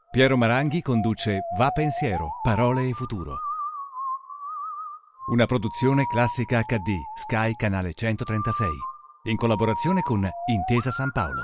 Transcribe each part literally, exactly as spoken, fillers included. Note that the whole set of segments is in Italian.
Piero Maranghi conduce Va Pensiero, parole e futuro. Una produzione Classica acca di, Sky canale centotrentasei, in collaborazione con Intesa San Paolo.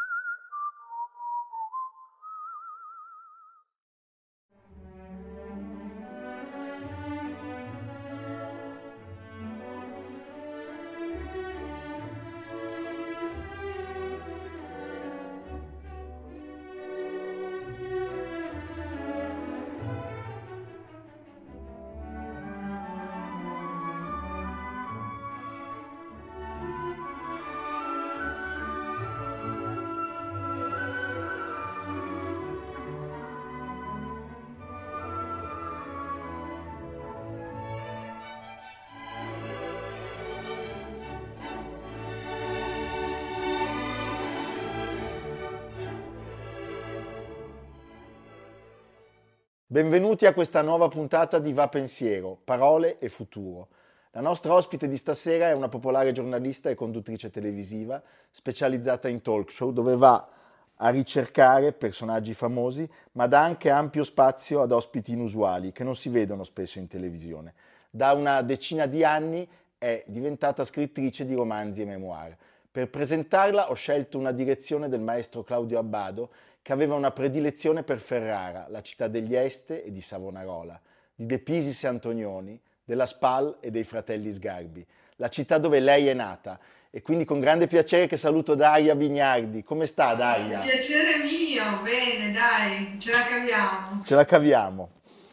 Benvenuti a questa nuova puntata di Va Pensiero, parole e futuro. La nostra ospite di stasera è una popolare giornalista e conduttrice televisiva specializzata in talk show, dove va a ricercare personaggi famosi, ma dà anche ampio spazio ad ospiti inusuali che non si vedono spesso in televisione. Da una decina di anni è diventata scrittrice di romanzi e memoir. Per presentarla ho scelto una direzione del maestro Claudio Abbado, che aveva una predilezione per Ferrara, la città degli Este e di Savonarola, di De Pisis e Antonioni, della Spal e dei fratelli Sgarbi, la città dove lei è nata. E quindi con grande piacere che saluto Daria Bignardi. Come sta, Daria? Il piacere mio, bene, dai, ce la caviamo. Ce la caviamo.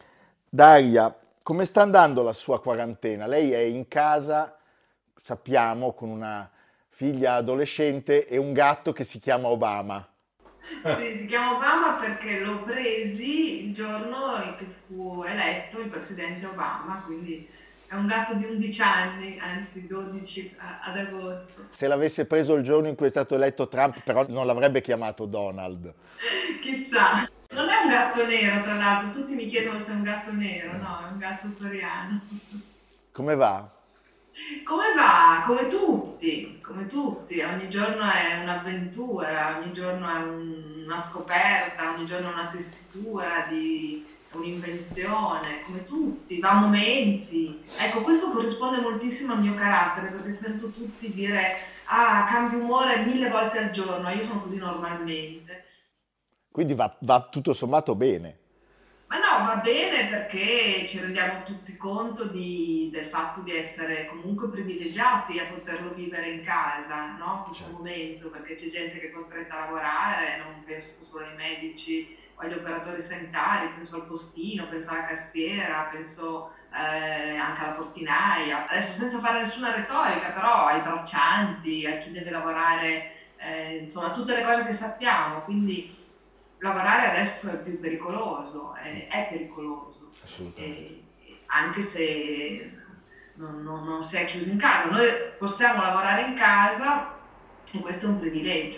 Daria, come sta andando la sua quarantena? Lei è in casa, sappiamo, con una figlia adolescente e un gatto che si chiama Obama. Sì, si chiama Obama perché l'ho presi il giorno in che fu eletto il presidente Obama, quindi è un gatto di undici anni, anzi dodici ad agosto. Se l'avesse preso il giorno in cui è stato eletto Trump, però non l'avrebbe chiamato Donald. Chissà. Non è un gatto nero, tra l'altro, tutti mi chiedono se è un gatto nero, no, è un gatto soriano. Come va? Come va? Come tutti, come tutti, ogni giorno è un'avventura, ogni giorno è un- una scoperta, ogni giorno è una tessitura di un'invenzione, come tutti, va a momenti. Ecco, questo corrisponde moltissimo al mio carattere, perché sento tutti dire ah, cambio umore mille volte al giorno, io sono così normalmente. Quindi va, va tutto sommato bene. Ma no, va bene perché ci rendiamo tutti conto di- del fatto di essere comunque privilegiati a poterlo vivere in casa, no? Questo Certo. momento, perché c'è gente che è costretta a lavorare, non penso solo ai medici o agli operatori sanitari, penso al postino, penso alla cassiera, penso eh, anche alla portinaia, adesso senza fare nessuna retorica, però ai braccianti, a chi deve lavorare, eh, insomma, tutte le cose che sappiamo, quindi lavorare adesso è più pericoloso, è, è pericoloso, Assolutamente. e- anche se non, non- non si è chiusi in casa. Noi possiamo lavorare in casa e questo è un privilegio.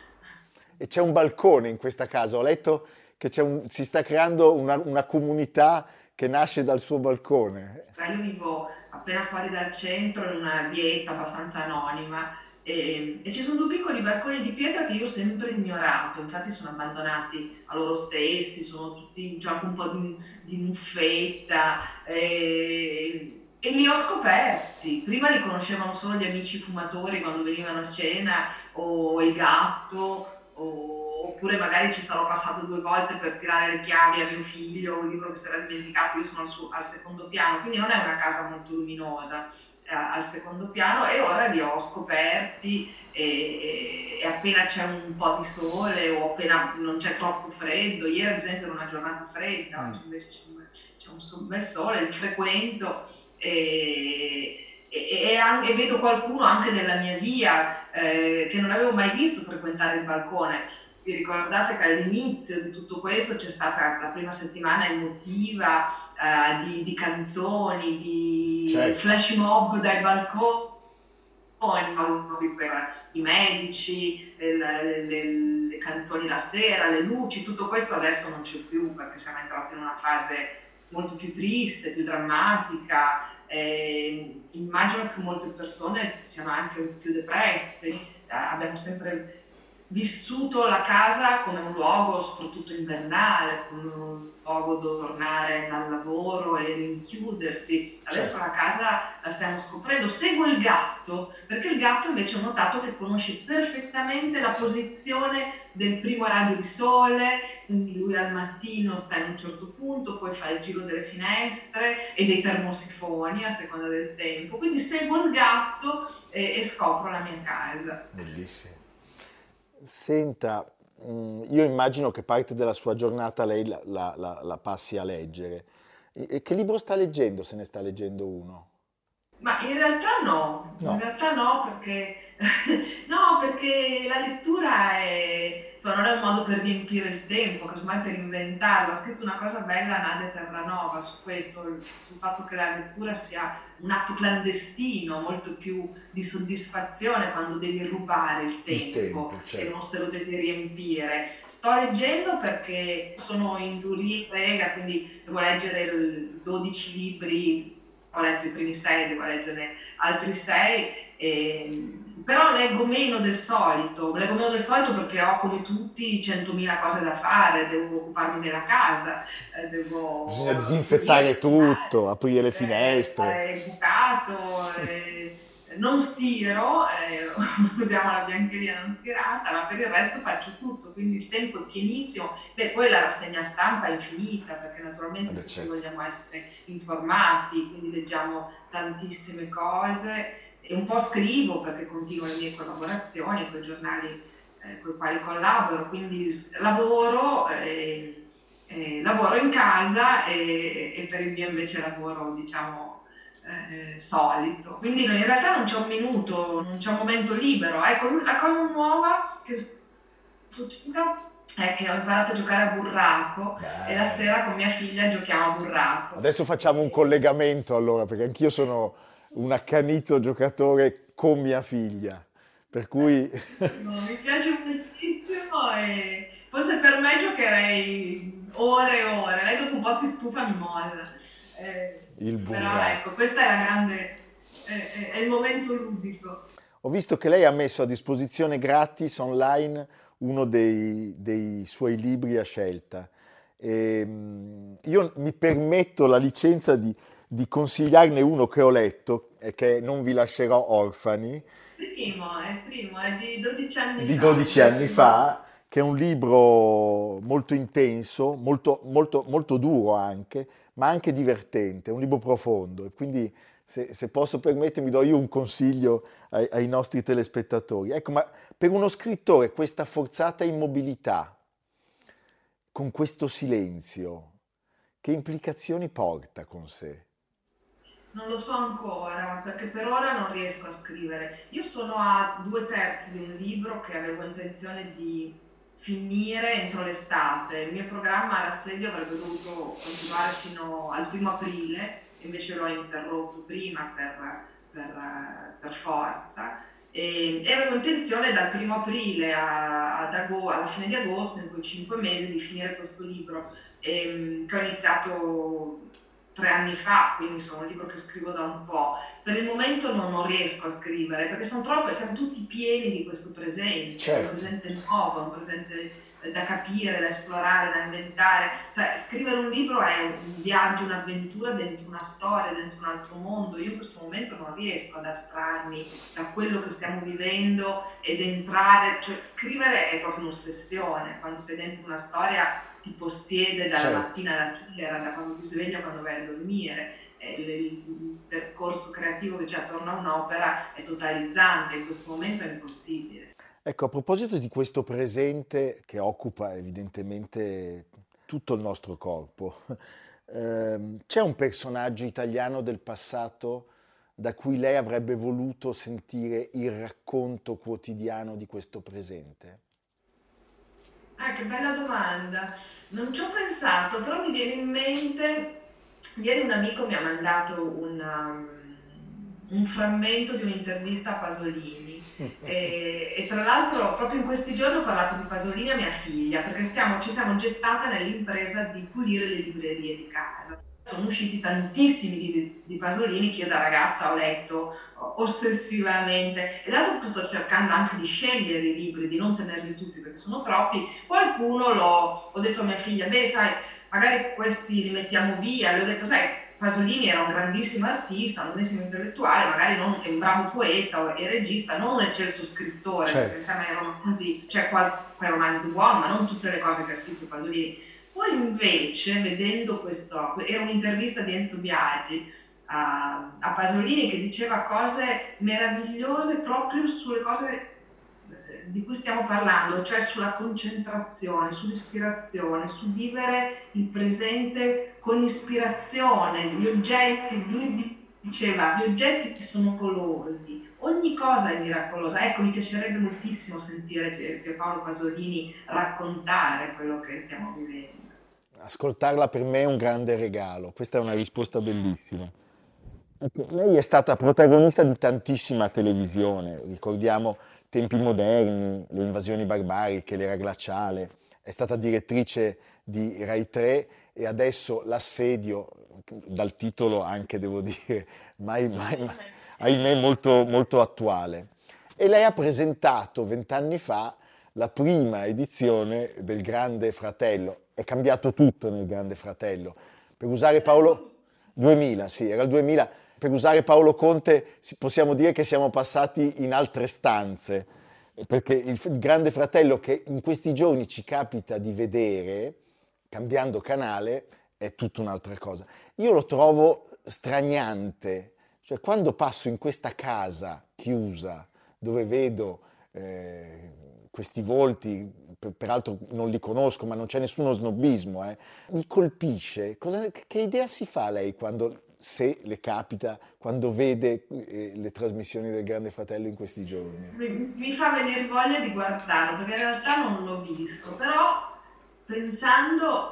E c'è un balcone in questa casa. Ho letto che c'è un- si sta creando una, una comunità che nasce dal suo balcone. Io vivo appena fuori dal centro in una vietta abbastanza anonima e, e ci sono due piccoli balconi di pietra che io ho sempre ignorato, infatti sono abbandonati a loro stessi, sono tutti, c'è anche un po' di, di muffetta e, e li ho scoperti. Prima li conoscevano solo gli amici fumatori quando venivano a cena o il gatto. O- oppure magari ci sarò passato due volte per tirare le chiavi a mio figlio, un libro che si era dimenticato, io sono al, suo- al secondo piano, quindi non è una casa molto luminosa, eh, al secondo piano e ora li ho scoperti e, e appena c'è un po' di sole o appena non c'è troppo freddo, ieri ad esempio era una giornata fredda, oggi invece c'è un, c'è un so- bel sole, li frequento e, e, e anche- e vedo qualcuno anche della mia via eh, che non avevo mai visto frequentare il balcone. Vi ricordate che all'inizio di tutto questo c'è stata la prima settimana emotiva eh, di, di canzoni, di Certo. flash mob dai balconi, così per i medici, le, le- le- le canzoni la sera, le luci, tutto questo adesso non c'è più perché siamo entrati in una fase molto più triste, più drammatica. E immagino che molte persone siano anche più depresse. Eh, abbiamo sempre vissuto la casa come un luogo soprattutto invernale, come un luogo dove tornare dal lavoro e rinchiudersi. Adesso Certo. la casa la stiamo scoprendo. Seguo il gatto, perché il gatto invece ho notato che conosce perfettamente la posizione del primo raggio di sole, quindi lui al mattino sta in un certo punto, poi fa il giro delle finestre e dei termosifoni a seconda del tempo. Quindi seguo il gatto e, e scopro la mia casa. Bellissimo. Senta, mh, io immagino che parte della sua giornata lei la, la- la- la passi a leggere. E, e che libro sta leggendo, se ne sta leggendo uno? Ma in realtà no, in No. realtà no perché, no, perché la lettura è, insomma, non è un modo per riempire il tempo, casomai per inventarlo. Ha scritto una cosa bella Nadia Terranova su questo, sul fatto che la lettura sia un atto clandestino, molto più di soddisfazione quando devi rubare il Il tempo tempo, e certo. non se lo devi riempire. Sto leggendo perché sono in giuria frega, quindi devo leggere il- dodici libri. Ho letto i primi sei, devo leggerne altri sei, e- però leggo meno del solito, leggo meno del solito perché ho come tutti centomila cose da fare, devo occuparmi della casa, eh, devo Bisogna disinfettare tutto, aprire le eh, finestre. fare bucato, eh, non stiro, eh, usiamo la biancheria non stirata, ma per il resto faccio tutto, quindi il tempo è pienissimo. Beh, poi la rassegna stampa è infinita, perché naturalmente Vabbè, tutti certo. vogliamo essere informati, quindi leggiamo tantissime cose e un po' scrivo perché continuo le mie collaborazioni con i giornali eh, con i quali collaboro, quindi s- lavoro, eh, eh, lavoro in casa e, e per il mio invece lavoro, diciamo, eh, solito. Quindi no, in realtà non c'è un minuto, non c'è un momento libero. Ecco, la cosa nuova che è succedita è che ho imparato a giocare a burraco e la Beh. sera con mia figlia giochiamo a burraco. Adesso facciamo un collegamento allora, perché anch'io sono un accanito giocatore con mia figlia, per cui No, mi piace moltissimo e forse per me giocherei ore e ore. Lei dopo un po' si stufa e mi molla. Eh, il però burraco. ecco, questa è la grande, è, è- è il momento ludico. Ho visto che lei ha messo a disposizione gratis online uno dei, dei suoi libri a scelta. Ehm, io mi permetto la licenza di, di consigliarne uno che ho letto e che Non vi lascerò orfani, Primo, è il primo, è di dodici anni di fa. dodici anni fa, che è un libro molto intenso, molto, molto, molto duro anche, ma anche divertente, un libro profondo. E quindi, se, se posso permettermi, do io un consiglio ai, ai nostri telespettatori. Ecco, ma per uno scrittore questa forzata immobilità, con questo silenzio, che implicazioni porta con sé? Non lo so ancora, perché per ora non riesco a scrivere. Io sono a due terzi di un libro che avevo intenzione di finire entro l'estate. Il mio programma a Rassedio avrebbe dovuto continuare fino al primo aprile, invece l'ho interrotto prima per, per, eh, per forza. E, e avevo intenzione dal primo aprile a- ad ago- alla fine di agosto, in quei cinque mesi, di finire questo libro ehm, che ho iniziato tre anni fa, quindi sono un libro che scrivo da un po'. Per il momento non, non riesco a scrivere perché sono troppo, siamo tutti pieni di questo presente, Certo. un presente nuovo, un presente eh, da capire, da esplorare, da inventare. Cioè, scrivere un libro è un viaggio, un'avventura dentro una storia, dentro un altro mondo. Io in questo momento non riesco ad astrarmi da quello che stiamo vivendo ed entrare, cioè scrivere è proprio un'ossessione, quando sei dentro una storia ti possiede dalla Certo. mattina alla sera, da quando ti svegli a quando vai a dormire. Eh, Il, il percorso creativo che c'è attorno a un'opera è totalizzante, in questo momento è impossibile. Ecco, a proposito di questo presente che occupa evidentemente tutto il nostro corpo, ehm, c'è un personaggio italiano del passato da cui lei avrebbe voluto sentire il racconto quotidiano di questo presente? Ah, che bella domanda. Non ci ho pensato, però mi viene in mente, ieri un amico mi ha mandato un, um, un frammento di un'intervista a Pasolini e, e tra l'altro proprio in questi giorni ho parlato di Pasolini a mia figlia perché stiamo, ci siamo gettate nell'impresa di pulire le librerie di casa. sono usciti tantissimi di, di Pasolini che io da ragazza ho letto ossessivamente, e dato che sto cercando anche di scegliere i libri, di non tenerli tutti perché sono troppi, qualcuno l'ho, ho detto a mia figlia, beh sai, magari questi li mettiamo via, le ho detto sai, Pasolini era un grandissimo artista, un grandissimo intellettuale, magari non è un bravo poeta e regista, non un eccelso scrittore, certo. Se pensiamo ai romanzi, c'è qualche romanzo buono, ma non tutte le cose che ha scritto Pasolini. Poi invece, vedendo questo, era un'intervista di Enzo Biaggi a, a Pasolini che diceva cose meravigliose proprio sulle cose di cui stiamo parlando, cioè sulla concentrazione, sull'ispirazione, su vivere il presente con ispirazione, gli oggetti, lui diceva, gli oggetti sono colori, ogni cosa è miracolosa. Ecco, mi piacerebbe moltissimo sentire Pierpaolo Pasolini raccontare quello che stiamo vivendo. Ascoltarla per me è un grande regalo, questa è una risposta bellissima. Ecco, lei è stata protagonista di tantissima televisione, ricordiamo Tempi moderni, Le invasioni barbariche, L'era glaciale, è stata direttrice di Rai tre e adesso L'assedio, dal titolo anche devo dire, mai, mai, mai, ahimè molto, molto attuale. E lei ha presentato vent'anni fa la prima edizione del Grande Fratello. È cambiato tutto nel Grande Fratello. Per usare Paolo... duemila, sì, era il duemila. Per usare Paolo Conte possiamo dire che siamo passati in altre stanze, perché il Grande Fratello che in questi giorni ci capita di vedere, cambiando canale, è tutta un'altra cosa. Io lo trovo straniante, cioè quando passo in questa casa chiusa, dove vedo eh, questi volti, peraltro non li conosco, ma non c'è nessuno snobismo, eh. Mi colpisce. Cosa, che idea si fa lei quando, se le capita, quando vede eh, le trasmissioni del Grande Fratello in questi giorni? Mi, mi fa venire voglia di guardarlo, perché in realtà non l'ho visto, però pensando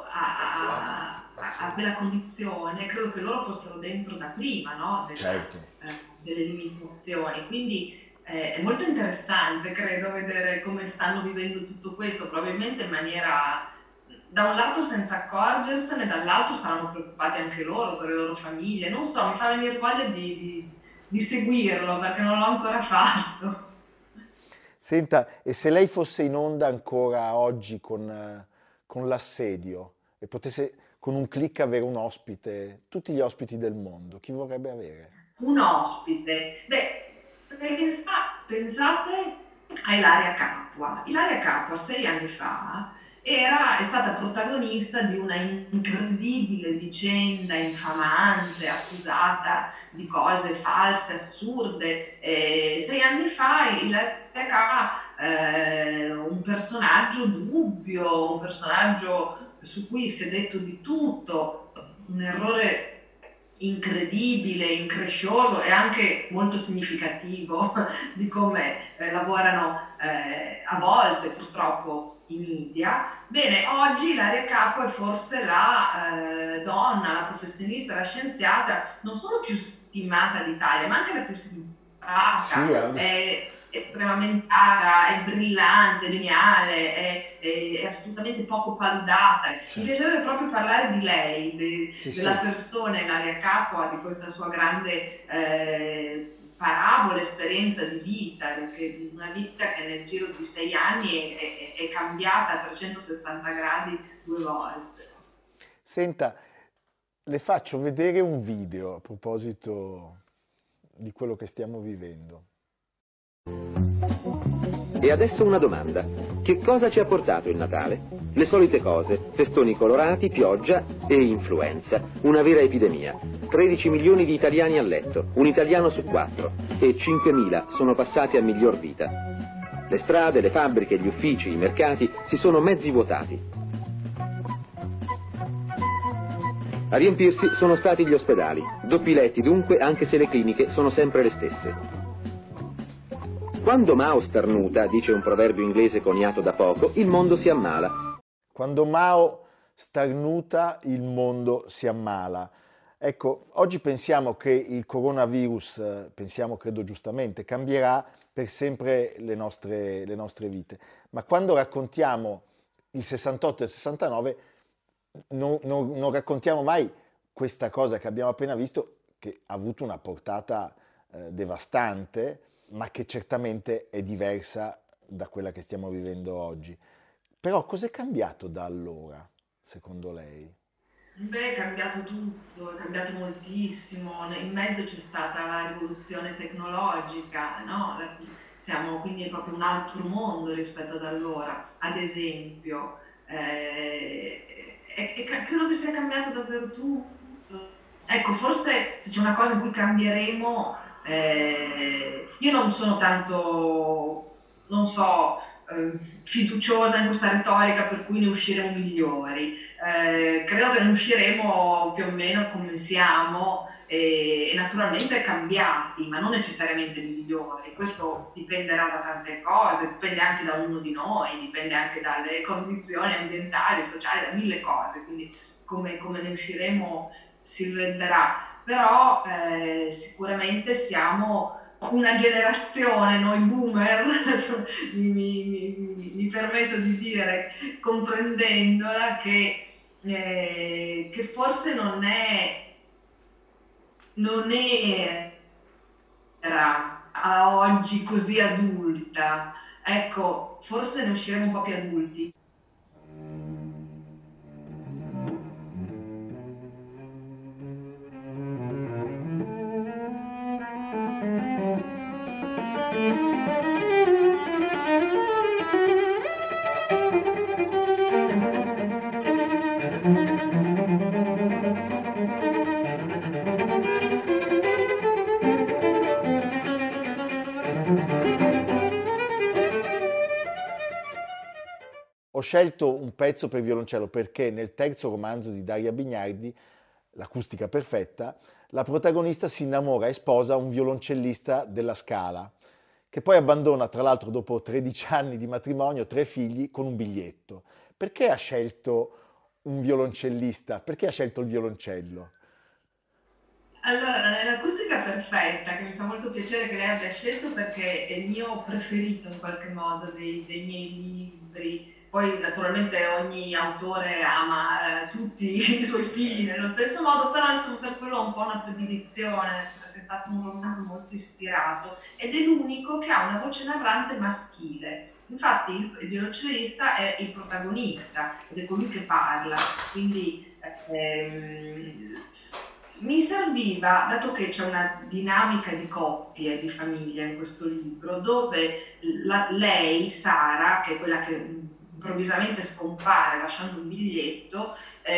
a, a, a quella condizione, credo che loro fossero dentro da prima, no? Della, certo. eh, delle limitazioni, quindi Eh, è molto interessante, credo, vedere come stanno vivendo tutto questo, probabilmente in maniera, da un lato senza accorgersene, dall'altro saranno preoccupati anche loro per le loro famiglie, non so, mi fa venire voglia di, di, di seguirlo perché non l'ho ancora fatto. Senta, e se lei fosse in onda ancora oggi con, con L'assedio e potesse con un clic avere un ospite, tutti gli ospiti del mondo, chi vorrebbe avere? Un ospite? Beh, pensate a Ilaria Capua. Ilaria Capua sei anni fa era, è stata protagonista di una incredibile vicenda infamante, accusata di cose false, assurde. E sei anni fa Ilaria Capua, eh, un personaggio dubbio, un personaggio su cui si è detto di tutto, un errore incredibile, increscioso e anche molto significativo di come eh, lavorano eh, a volte purtroppo i media. Bene, oggi Ilaria Capua è forse la eh, donna, la professionista, la scienziata non solo più stimata d'Italia, ma anche la più simpatica. Sì, è, estremamente cara, è brillante, geniale, è, è, è assolutamente poco paludata. Sì. Mi piacerebbe proprio parlare di lei, de, sì, della sì. persona Ilaria Capua, di questa sua grande eh, parabola, esperienza di vita, perché una vita che nel giro di sei anni è, è, è cambiata a trecentosessanta gradi due volte. Senta, le faccio vedere un video a proposito di quello che stiamo vivendo. E adesso una domanda. Che cosa ci ha portato il Natale? Le solite cose, festoni colorati, pioggia e influenza. Una vera epidemia. tredici milioni di italiani a letto, un italiano su quattro, e cinquemila sono passati a miglior vita. Le strade, le fabbriche, gli uffici, i mercati si sono mezzi vuotati. A riempirsi sono stati gli ospedali. Doppi letti dunque, anche se le cliniche sono sempre le stesse. Quando Mao starnuta, dice un proverbio inglese coniato da poco, il mondo si ammala. Quando Mao starnuta, il mondo si ammala. Ecco, oggi pensiamo che il coronavirus, pensiamo credo giustamente, cambierà per sempre le nostre, le nostre vite. Ma quando raccontiamo il sessantotto e il sessantanove, non, non, non raccontiamo mai questa cosa che abbiamo appena visto, che ha avuto una portata eh, devastante, ma che certamente è diversa da quella che stiamo vivendo oggi. Però cos'è cambiato da allora, secondo lei? Beh, è cambiato tutto, è cambiato moltissimo. In mezzo c'è stata la rivoluzione tecnologica, no? La- Siamo quindi proprio un altro mondo rispetto ad allora. Ad esempio, eh, e- e ca- credo che sia cambiato davvero tutto. Ecco, forse se c'è una cosa in cui cambieremo, eh, io non sono tanto, non so, eh, fiduciosa in questa retorica per cui ne usciremo migliori. Eh, credo che ne usciremo più o meno come siamo e, e naturalmente cambiati, ma non necessariamente migliori. Questo dipenderà da tante cose, dipende anche da ognuno di noi, dipende anche dalle condizioni ambientali, sociali, da mille cose, quindi come, come ne usciremo si vedrà. Però eh, sicuramente siamo una generazione, noi boomer, mi, mi, mi, mi permetto di dire, comprendendola, che eh, che forse non è, non è- era a oggi così adulta. Ecco, forse ne usciremo un po' più adulti. Ho scelto un pezzo per violoncello perché nel terzo romanzo di Daria Bignardi, L'acustica perfetta, la protagonista si innamora e sposa un violoncellista della Scala, che poi abbandona, tra l'altro, dopo tredici anni di matrimonio, tre figli con un biglietto. Perché ha scelto un violoncellista? Perché ha scelto il violoncello? Allora, nell'acustica perfetta, che mi fa molto piacere che lei abbia scelto perché è il mio preferito in qualche modo dei, dei miei libri. Poi naturalmente ogni autore ama eh, tutti i suoi figli nello stesso modo, però insomma per quello ho un po' una predilizione, perché è stato un romanzo molto ispirato ed è l'unico che ha una voce narrante maschile. Infatti il, il violoncellista è il protagonista ed è colui che parla, quindi ehm, mi serviva, dato che c'è una dinamica di coppie, di famiglia in questo libro, dove la- lei, Sara, che è quella che improvvisamente scompare lasciando un biglietto,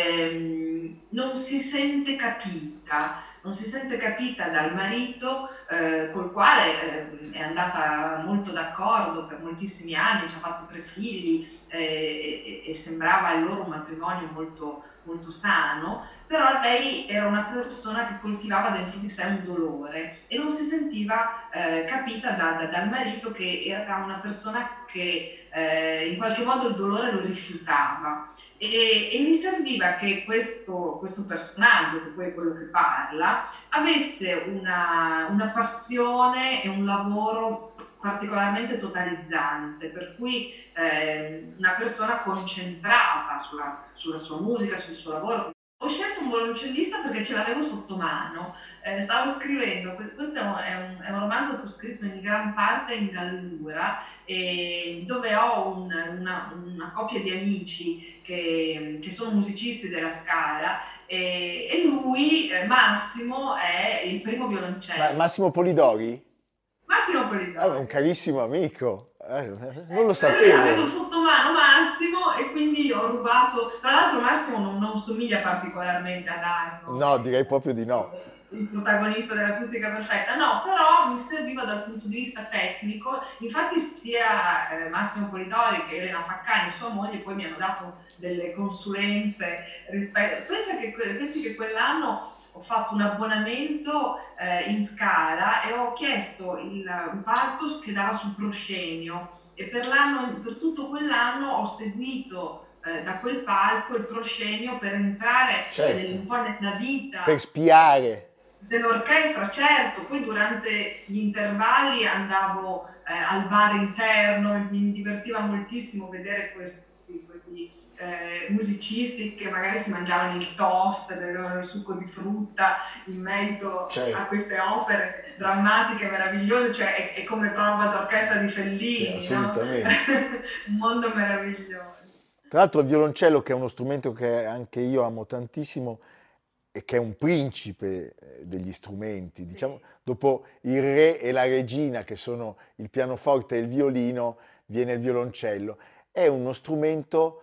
ehm, non si sente capita, non si sente capita dal marito eh, col quale eh, è andata molto d'accordo per moltissimi anni, ci ha fatto tre figli eh, e, e sembrava il loro matrimonio molto, molto sano, però lei era una persona che coltivava dentro di sé un dolore e non si sentiva eh, capita da, da, dal marito, che era una persona che eh, in qualche modo il dolore lo rifiutava e, e mi serviva che questo, questo personaggio, che poi è quello che parla, avesse una, una passione e un lavoro particolarmente totalizzante, per cui eh, una persona concentrata sulla, sulla sua musica, sul suo lavoro. Ho scelto un violoncellista perché ce l'avevo sotto mano, eh, stavo scrivendo, questo è un, è, un, è un romanzo che ho scritto in gran parte in Gallura, eh, dove ho un, una, una coppia di amici che, che sono musicisti della Scala e, e lui, eh, Massimo, è il primo Ma violoncello. Massimo Polidori? Massimo Ah, è un Polidori. carissimo amico. Eh, non lo Eh, avevo sapevo. sotto mano Massimo e quindi ho rubato. Tra l'altro Massimo non, non somiglia particolarmente ad Arno, No, eh, direi proprio di no. il protagonista dell'acustica perfetta, no, però mi serviva dal punto di vista tecnico. Infatti sia eh, Massimo Polidori che Elena Faccani, sua moglie, poi mi hanno dato delle consulenze rispetto. Pensa che, pensi che quell'anno ho fatto un abbonamento eh, in Scala e ho chiesto il, un palco che dava sul proscenio e per, l'anno, per tutto quell'anno ho seguito eh, da quel palco il proscenio per entrare Certo. nel, un po' nella vita Per spiare. dell'orchestra, certo. Poi durante gli intervalli andavo eh, al bar interno, mi divertiva moltissimo vedere questi, questi eh, musicisti che magari si mangiavano il toast, bevevano il succo di frutta in mezzo Certo. a queste opere drammatiche, meravigliose, cioè è, è come prova d'orchestra di Fellini, Sì, no? assolutamente. Un mondo meraviglioso. Tra l'altro il violoncello, che è uno strumento che anche io amo tantissimo e che è un principe eh, degli strumenti, diciamo, dopo il re e la regina, che sono il pianoforte e il violino, viene il violoncello. È uno strumento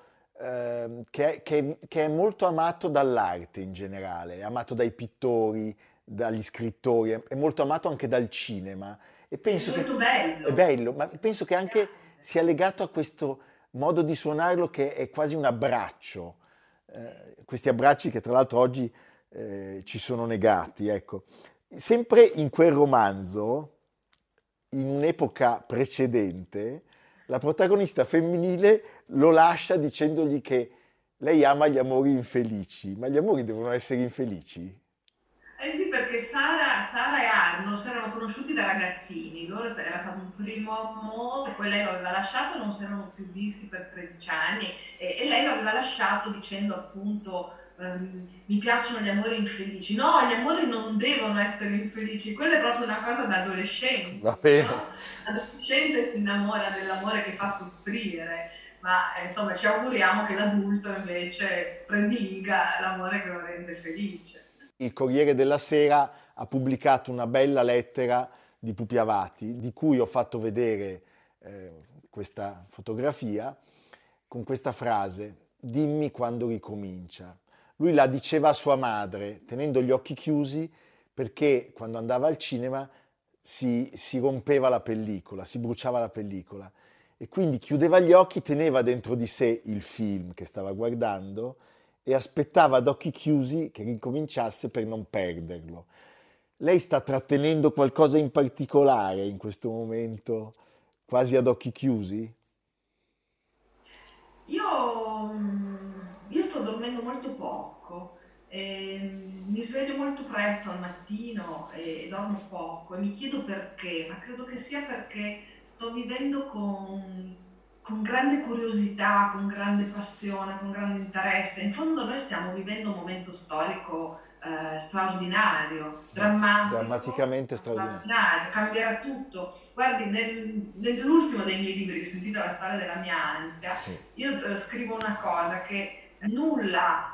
eh, che, è, che è- che è molto amato dall'arte in generale, è amato dai pittori, dagli scrittori, è, è molto amato anche dal cinema. E È penso che molto bello. è bello, ma penso che anche sia legato a questo modo di suonarlo che è quasi un abbraccio. Eh, questi abbracci che tra l'altro oggi eh, ci sono negati, ecco. Sempre in quel romanzo, in un'epoca precedente, la protagonista femminile lo lascia dicendogli che lei ama gli amori infelici, ma gli amori devono essere infelici? Eh sì, perché Sara, Sara e Arno si erano conosciuti da ragazzini, loro sta- era stato un primo amore, poi lei lo aveva lasciato, non si erano più visti per tredici anni e, e lei lo aveva lasciato dicendo appunto ehm, mi piacciono gli amori infelici. No, gli amori non devono essere infelici, quella è proprio una cosa da adolescente, Va bene. no? L'adolescente si innamora dell'amore che fa soffrire, ma eh, insomma ci auguriamo che l'adulto invece prediliga l'amore che lo rende felice. Il Corriere della Sera ha pubblicato una bella lettera di Pupi Avati, di cui ho fatto vedere eh, questa fotografia, con questa frase: dimmi quando ricomincia. Lui la diceva a sua madre, tenendo gli occhi chiusi, perché quando andava al cinema si, si rompeva la pellicola, si bruciava la pellicola. E quindi chiudeva gli occhi, teneva dentro di sé il film che stava guardando e aspettava ad occhi chiusi che ricominciasse per non perderlo. Lei sta trattenendo qualcosa in particolare in questo momento, quasi ad occhi chiusi? Io, mm, io sto dormendo molto poco, ehm, mi sveglio molto presto al mattino e dormo poco e mi chiedo perché, ma credo che sia perché sto vivendo con, con grande curiosità, con grande passione, con grande interesse. In fondo noi stiamo vivendo un momento storico eh, straordinario, drammatico, Drammaticamente ma straordinario. straordinario, cambierà tutto. Guardi, nel- nell'ultimo dei miei libri che si intitola La storia della mia ansia, Sì. io eh, scrivo una cosa che nulla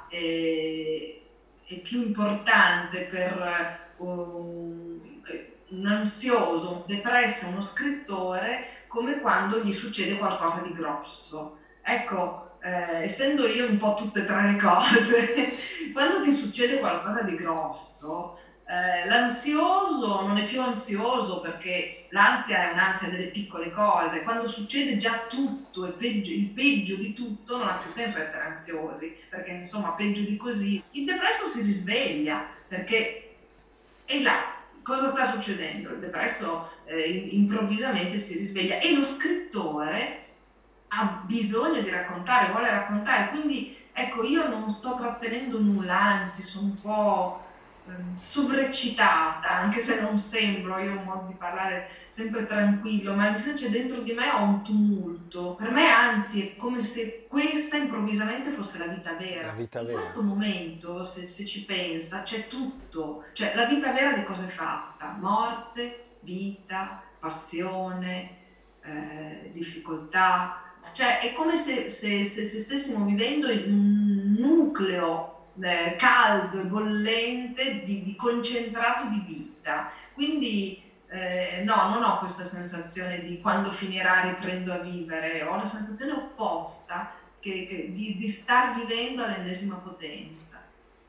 è, è più importante per eh, un, un ansioso, un depresso, uno scrittore come quando gli succede qualcosa di grosso. Ecco, eh, essendo io un po' tutte e tre le cose, quando ti succede qualcosa di grosso, eh, l'ansioso non è più ansioso perché l'ansia è un'ansia delle piccole cose. Quando succede già tutto e peggio, il peggio di tutto, non ha più senso essere ansiosi, perché insomma peggio di così. Il depresso si risveglia perché è là. Cosa sta succedendo? Il depresso eh, improvvisamente si risveglia e lo scrittore ha bisogno di raccontare, vuole raccontare, quindi ecco, io non sto trattenendo nulla, anzi sono un po' ehm, sovreccitata, anche se non sembro, io ho un modo di parlare sempre tranquillo, ma invece dentro di me ho un tumulto. Per me anzi è come se questa improvvisamente fosse la vita vera. La vita In vera. questo momento, se, se ci pensa, c'è tutto, cioè la vita vera di cosa è fatta? Morte, vita, passione, eh, difficoltà. Cioè è come se, se, se, se stessimo vivendo in un nucleo eh, caldo e bollente di, di concentrato di vita. Quindi eh, no, non ho questa sensazione di quando finirà riprendo a vivere, ho la sensazione opposta che, che, di, di star vivendo all'ennesima potenza.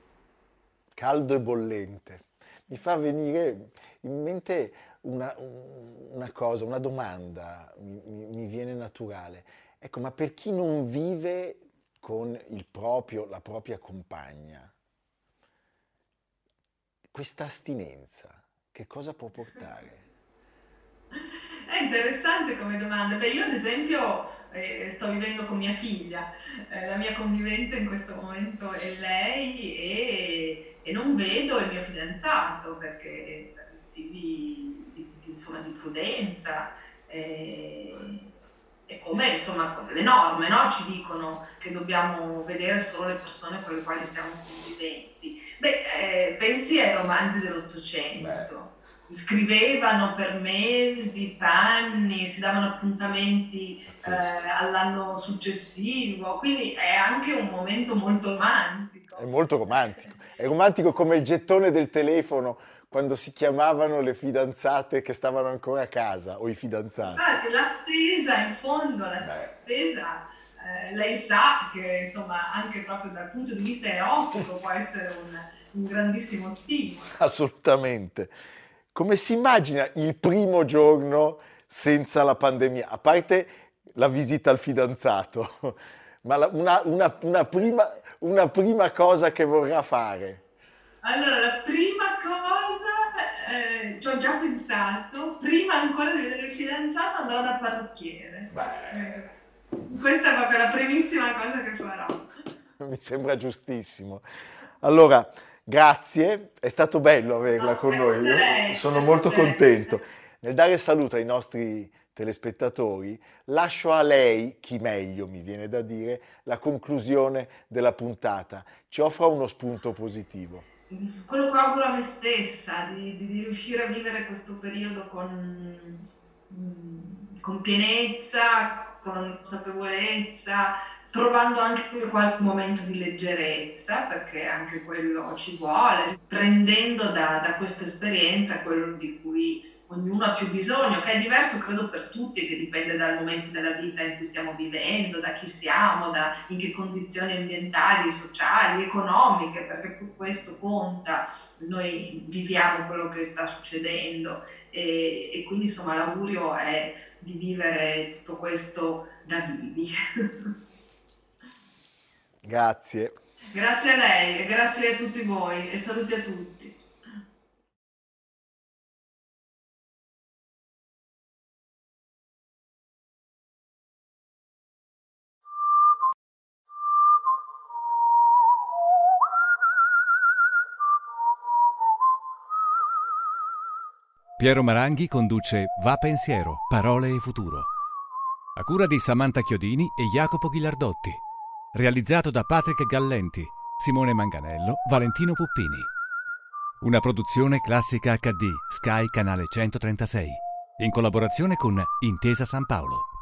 Caldo e bollente. Mi fa venire in mente una, una cosa, una domanda, mi, mi, mi viene naturale. Ecco, ma per chi non vive con il proprio, la propria compagna, questa astinenza, che cosa può portare? È interessante come domanda. Beh, io ad esempio eh, sto vivendo con mia figlia, eh, la mia convivente in questo momento è lei e, e non vedo il mio fidanzato perché per motivi di, di, insomma, di prudenza. eh, e come insomma le norme, no? Ci dicono che dobbiamo vedere solo le persone con le quali siamo conviventi. Beh, eh, pensi ai romanzi dell'Ottocento. Scrivevano per mesi, per anni, si davano appuntamenti eh, all'anno successivo, quindi è anche un momento molto romantico. È molto romantico, è romantico come il gettone del telefono quando si chiamavano le fidanzate che stavano ancora a casa, o i fidanzati. Infatti, l'attesa, in fondo, l'attesa, eh, lei sa che insomma anche proprio dal punto di vista erotico può essere un, un grandissimo stimolo. Assolutamente. Come si immagina il primo giorno senza la pandemia? A parte la visita al fidanzato, ma la, una, una, una, prima, una prima cosa che vorrà fare? Allora, la prima cosa, eh, ci ho già pensato, prima ancora di vedere il fidanzato andrò dal parrucchiere. Beh. Questa è proprio la primissima cosa che farò. Mi sembra giustissimo. Allora, grazie, è stato bello averla no, con noi, io lei, sono molto lei. contento. Nel dare il saluto ai nostri telespettatori, lascio a lei, chi meglio mi viene da dire, la conclusione della puntata. Ci offra uno spunto positivo. Quello che auguro a me stessa, di, di, di riuscire a vivere questo periodo con, con pienezza, con consapevolezza, trovando anche qualche momento di leggerezza, perché anche quello ci vuole, prendendo da, da questa esperienza quello di cui ognuno ha più bisogno, che è diverso credo per tutti, che dipende dal momento della vita in cui stiamo vivendo, da chi siamo, da in che condizioni ambientali, sociali, economiche, perché questo conta, noi viviamo quello che sta succedendo e, e quindi insomma l'augurio è di vivere tutto questo da vivi. Grazie. Grazie a lei e grazie a tutti voi e saluti a tutti. Piero Maranghi conduce Va Pensiero, Parole e Futuro. A cura di Samantha Chiodini e Jacopo Ghilardotti. Realizzato da Patrick Gallenti, Simone Manganello, Valentino Puppini. Una produzione Classica acca di, Sky Canale centotrentasei. In collaborazione con Intesa San Paolo.